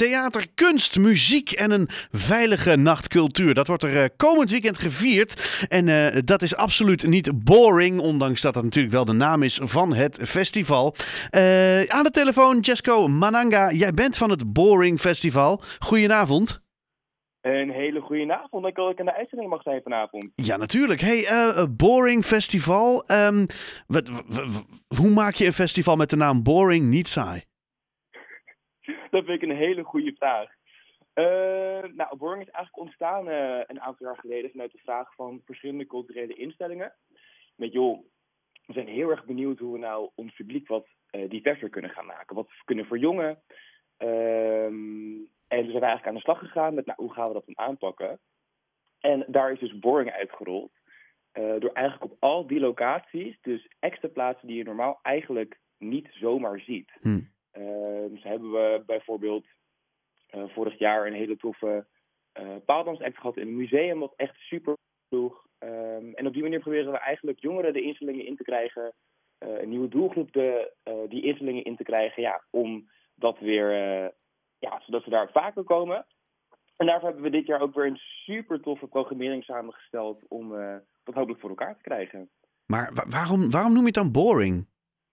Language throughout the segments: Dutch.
theater, kunst, muziek en een veilige nachtcultuur. Dat wordt er komend weekend gevierd. En dat is absoluut niet boring, ondanks dat dat natuurlijk wel de naam is van het festival. Aan de telefoon Jesco Mananga, jij bent van het Boring Festival. Goedenavond. Een hele goede avond. Dat ik in de uitzending mag zijn vanavond. Ja, natuurlijk. Boring Festival. Hoe maak je een festival met de naam Boring niet saai? Dat vind ik een hele goede vraag. Boring is eigenlijk ontstaan een aantal jaar geleden vanuit de vraag van verschillende culturele instellingen. We zijn heel erg benieuwd hoe we nou ons publiek wat diverser kunnen gaan maken. Wat we kunnen verjongen. En dus zijn we eigenlijk aan de slag gegaan met hoe gaan we dat dan aanpakken. En daar is dus Boring uitgerold. Door eigenlijk op al die locaties, dus extra plaatsen die je normaal eigenlijk niet zomaar ziet. Dus hebben we bijvoorbeeld vorig jaar een hele toffe paaldansact gehad in een museum, wat echt super sloeg. En op die manier proberen we eigenlijk jongeren de instellingen in te krijgen, een nieuwe doelgroep die instellingen in te krijgen, om dat weer, zodat ze daar vaker komen. En daarvoor hebben we dit jaar ook weer een super toffe programmering samengesteld om dat hopelijk voor elkaar te krijgen. Maar waarom noem je het dan boring?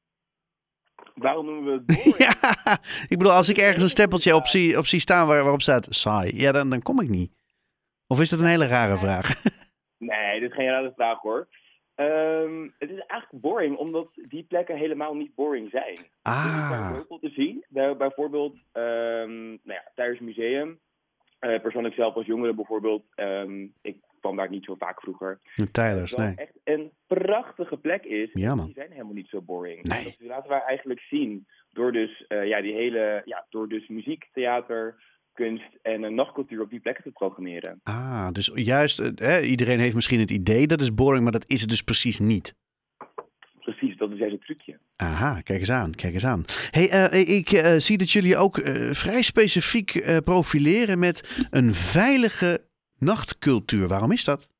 Waarom noemen we het boring? Ja, ik bedoel, als ik ergens een stempeltje op zie staan waarop staat saai, dan kom ik niet. Of is dat een hele rare vraag? Nee, dit is geen rare vraag hoor. Het is eigenlijk boring, omdat die plekken helemaal niet boring zijn. Dus er is heel veel te zien. Bijvoorbeeld, tijdens het museum. Persoonlijk zelf als jongere bijvoorbeeld. Ik kwam daar niet zo vaak vroeger. Tylers, nee. Echt een prachtige plek is. Ja, man. Die zijn helemaal niet zo boring. Nee. Dat laten wij eigenlijk zien. Door dus, door dus muziek, theater, kunst en nachtcultuur op die plekken te programmeren. Dus juist, iedereen heeft misschien het idee dat is boring, maar dat is het dus precies niet. Precies, dat is juist het trucje. Aha, kijk eens aan. Ik zie dat jullie ook vrij specifiek profileren met een veilige nachtcultuur. Waarom is dat?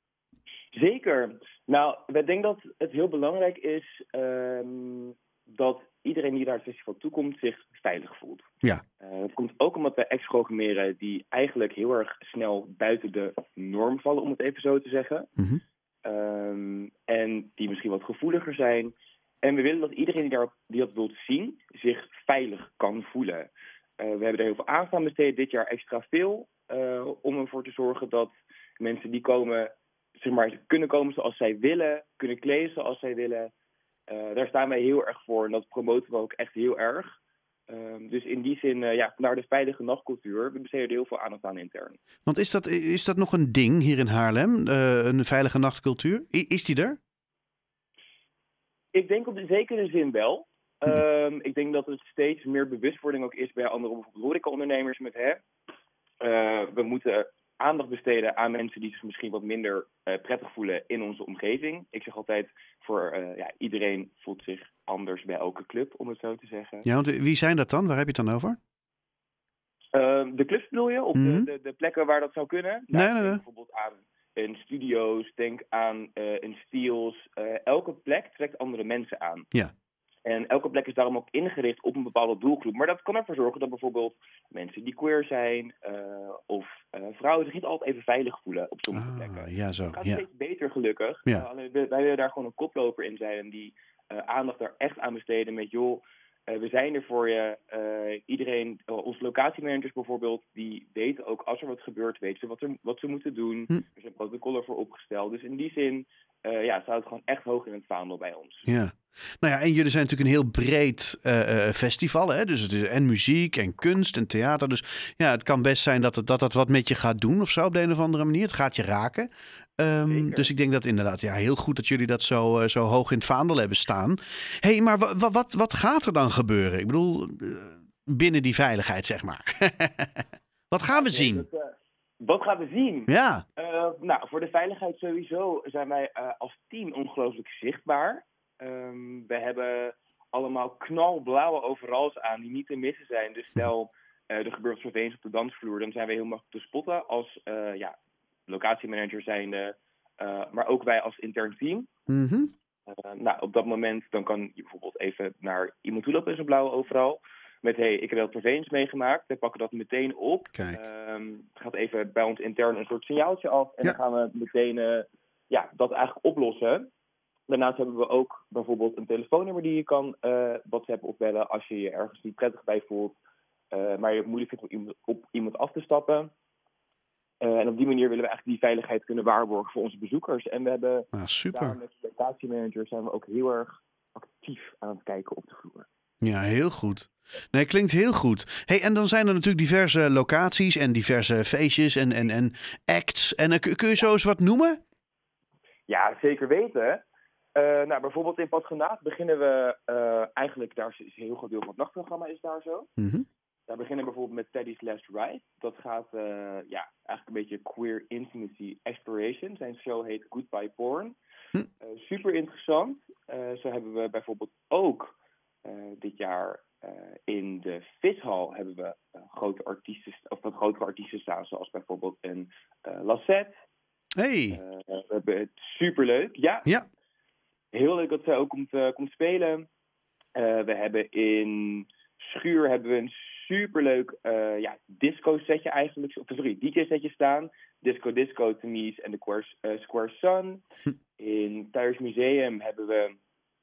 Zeker. Nou, wij denken dat het heel belangrijk is dat iedereen die naar het festival toekomt zich veilig voelt. Ja. Dat komt ook omdat wij acts programmeren die eigenlijk heel erg snel buiten de norm vallen, om het even zo te zeggen. Mm-hmm. En die misschien wat gevoeliger zijn. En we willen dat iedereen die dat wilt zien, zich veilig kan voelen. We hebben er heel veel aandacht aan besteed, dit jaar extra veel, om ervoor te zorgen dat mensen die komen, kunnen komen zoals zij willen, kunnen kleden zoals zij willen. Daar staan wij heel erg voor en dat promoten we ook echt heel erg. Dus in die zin, naar de veilige nachtcultuur, we besteden er heel veel aandacht aan intern. Want is dat nog een ding hier in Haarlem, een veilige nachtcultuur? Is die er? Ik denk op de zekere zin wel. Ik denk dat het steeds meer bewustwording ook is bij andere bijvoorbeeld horecaondernemers met we moeten aandacht besteden aan mensen die zich misschien wat minder prettig voelen in onze omgeving. Ik zeg altijd, iedereen voelt zich anders bij elke club, om het zo te zeggen. Ja, want wie zijn dat dan? Waar heb je het dan over? De clubs bedoel je? Of de plekken waar dat zou kunnen? Nee. Bijvoorbeeld aan een studio's, denk aan een Steels. Elke plek trekt andere mensen aan. Ja. En elke plek is daarom ook ingericht op een bepaalde doelgroep. Maar dat kan ervoor zorgen dat bijvoorbeeld mensen die queer zijn of vrouwen zich niet altijd even veilig voelen op sommige plekken. Ja, zo. Het gaat steeds beter gelukkig. Ja. Wij willen daar gewoon een koploper in zijn en die aandacht daar echt aan besteden met we zijn er voor je. Iedereen, onze locatiemanagers bijvoorbeeld, die weten ook als er wat gebeurt, weten ze wat ze moeten doen. Er zijn protocollen voor opgesteld. Dus in die zin staat het gewoon echt hoog in het vaandel bij ons. Ja. Nou ja, en jullie zijn natuurlijk een heel breed festival, hè? Dus het is en muziek en kunst en theater. Dus ja, het kan best zijn dat wat met je gaat doen of zo op de een of andere manier. Het gaat je raken. Dus ik denk dat inderdaad heel goed dat jullie dat zo hoog in het vaandel hebben staan. Maar wat gaat er dan gebeuren? Ik bedoel, binnen die veiligheid, zeg maar. Wat gaan we zien? Wat gaan we zien? Ja. Voor de veiligheid sowieso zijn wij als team ongelooflijk zichtbaar. We hebben allemaal knalblauwe overals aan die niet te missen zijn. Dus stel, er gebeurt wat eens op de dansvloer, dan zijn we heel makkelijk te spotten als locatiemanager zijnde, maar ook wij als intern team. Mm-hmm. Op dat moment dan kan je bijvoorbeeld even naar iemand toe lopen in zo'n blauwe overal. met ik heb wel vervelends meegemaakt. We pakken dat meteen op. Kijk. Het gaat even bij ons intern een soort signaaltje af. En dan gaan we meteen dat eigenlijk oplossen. Daarnaast hebben we ook bijvoorbeeld een telefoonnummer die je kan WhatsAppen of bellen als je je ergens niet prettig bij voelt. Maar je het moeilijk vindt om op iemand af te stappen. En op die manier willen we eigenlijk die veiligheid kunnen waarborgen voor onze bezoekers. En we hebben super. samen met de locatiemanager zijn we ook heel erg actief aan het kijken op de vloer. Ja, heel goed. Nee, klinkt heel goed. Hey, en dan zijn er natuurlijk diverse locaties en diverse feestjes en acts. En kun je zo eens wat noemen? Ja, zeker weten. Bijvoorbeeld in Patronaat beginnen we eigenlijk, daar is een heel groot deel van het nachtprogramma is daar zo. Mm-hmm. Daar beginnen we bijvoorbeeld met Teddy's Last Ride. Dat gaat eigenlijk een beetje queer intimacy exploration. Zijn show heet Goodbye Porn. Super interessant. Zo hebben we bijvoorbeeld ook dit jaar in de Vishal hebben we grote artiesten staan. Zoals bijvoorbeeld een Lassette. Hey. We hebben het superleuk. Ja. Heel leuk dat zij ook komt spelen. We hebben in Schuur een superleuk disco setje eigenlijk. DJ setje staan. Disco, Tamise en de Square Sun. In Thuis Museum hebben we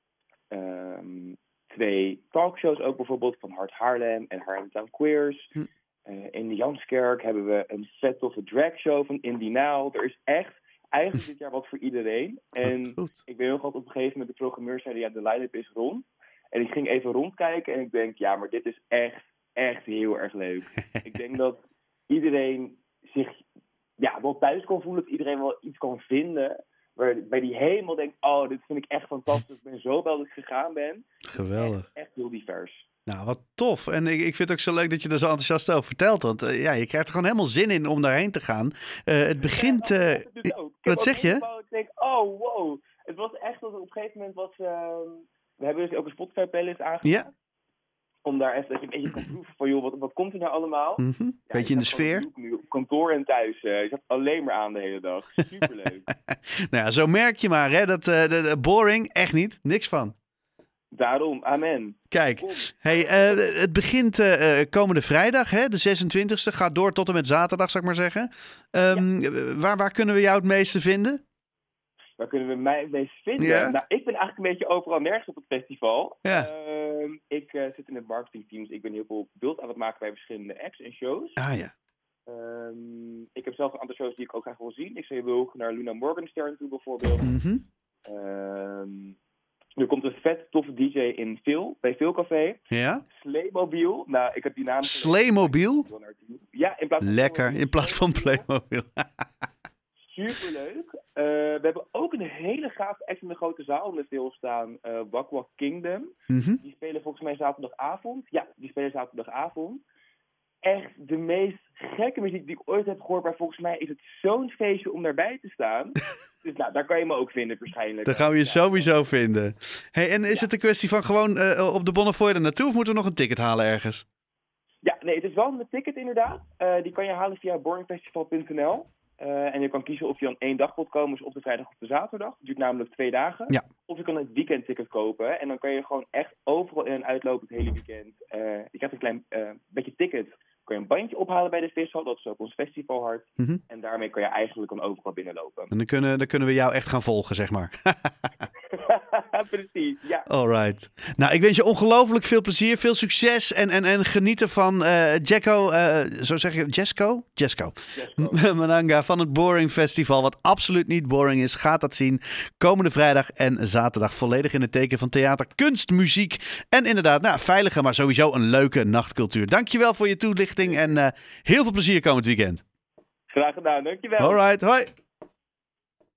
2 talkshows ook bijvoorbeeld van Hart Haarlem en Haarlem Town Queers. In de Janskerk hebben we een vet toffe dragshow van Indie Now. Er is echt eigenlijk dit jaar wat voor iedereen. En ik ben heel goed op een gegeven moment de programmeur zeiden, de line-up is rond. En ik ging even rondkijken en ik denk, ja, maar dit is echt heel erg leuk. Ik denk dat iedereen zich wel thuis kan voelen, dat iedereen wel iets kan vinden. Waarbij die helemaal denkt, oh, dit vind ik echt fantastisch. Ik ben zo blij dat ik gegaan ben. Geweldig. Echt heel divers. Nou, wat tof. En ik vind het ook zo leuk dat je er zo enthousiast over vertelt. Want je krijgt er gewoon helemaal zin in om daarheen te gaan. Het begint... wat zeg je? Ik denk, oh, wow. Het was echt dat op een gegeven moment was... we hebben dus ook een Spotify-playlist aangemaakt. Ja. Om daar even, dat je een beetje kan proeven van, joh, wat komt er nou allemaal? Mm-hmm. Beetje in de sfeer. Nu op kantoor en thuis. Je zat alleen maar aan de hele dag. Superleuk. Nou ja, zo merk je maar, hè. Dat boring, echt niet. Niks van. Daarom, amen. Kijk, hey, het begint komende vrijdag, hè, de 26e. Gaat door tot en met zaterdag, zou ik maar zeggen. Waar kunnen we jou het meeste vinden? Waar kunnen we mij het meest vinden? Ja. Nou, ik ben eigenlijk een beetje overal nergens op het festival. Ja. Ik zit in het marketingteams. Ik ben heel veel beeld aan het maken bij verschillende acts en shows. Ah ja. Ik heb zelf een aantal shows die ik ook graag wil zien. Ik wil naar Luna Morgenstern toe bijvoorbeeld. Mm-hmm. Er komt een vet toffe DJ bij Phil Café. Ja? Slaymobiel. Nou, ik heb die naam... Slaymobiel? Ja, in plaats van... Lekker, in plaats van Playmobil. Superleuk. We hebben ook een hele gave act in de grote zaal in de Phil staan. Wak Wak Kingdom. Mm-hmm. Die spelen volgens mij zaterdagavond. Ja, die spelen zaterdagavond. Echt de meest gekke muziek die ik ooit heb gehoord. Maar volgens mij is het zo'n feestje om daarbij te staan. Dus nou, daar kan je me ook vinden waarschijnlijk. Daar gaan we je sowieso vinden. Hey, en is het een kwestie van gewoon op de Bonnefoy er naartoe of moeten we nog een ticket halen ergens? Ja, nee, het is wel een ticket inderdaad. Die kan je halen via boringfestival.nl. En je kan kiezen of je aan 1 dag wilt komen, dus op de vrijdag of de zaterdag. Het duurt namelijk 2 dagen. Ja. Of je kan een weekendticket kopen. En dan kan je gewoon echt overal in en uitlopen het hele weekend. Je krijgt een klein beetje ticket. Kan je een bandje ophalen bij de Vishal. Dat is ook ons festivalhart. Mm-hmm. En daarmee kan je eigenlijk dan overal binnenlopen. En dan kunnen we jou echt gaan volgen, zeg maar. Precies, ja. Alright. Nou, ik wens je ongelooflijk veel plezier, veel succes en genieten van Jacko, zo zeg je, Jesco Mananga van het Boring Festival, wat absoluut niet boring is. Gaat dat zien komende vrijdag en zaterdag volledig in het teken van theater, kunst, muziek en inderdaad, veilige, maar sowieso een leuke nachtcultuur. Dankjewel voor je toelichting en heel veel plezier komend weekend. Graag gedaan, dankjewel. Alright, hoi.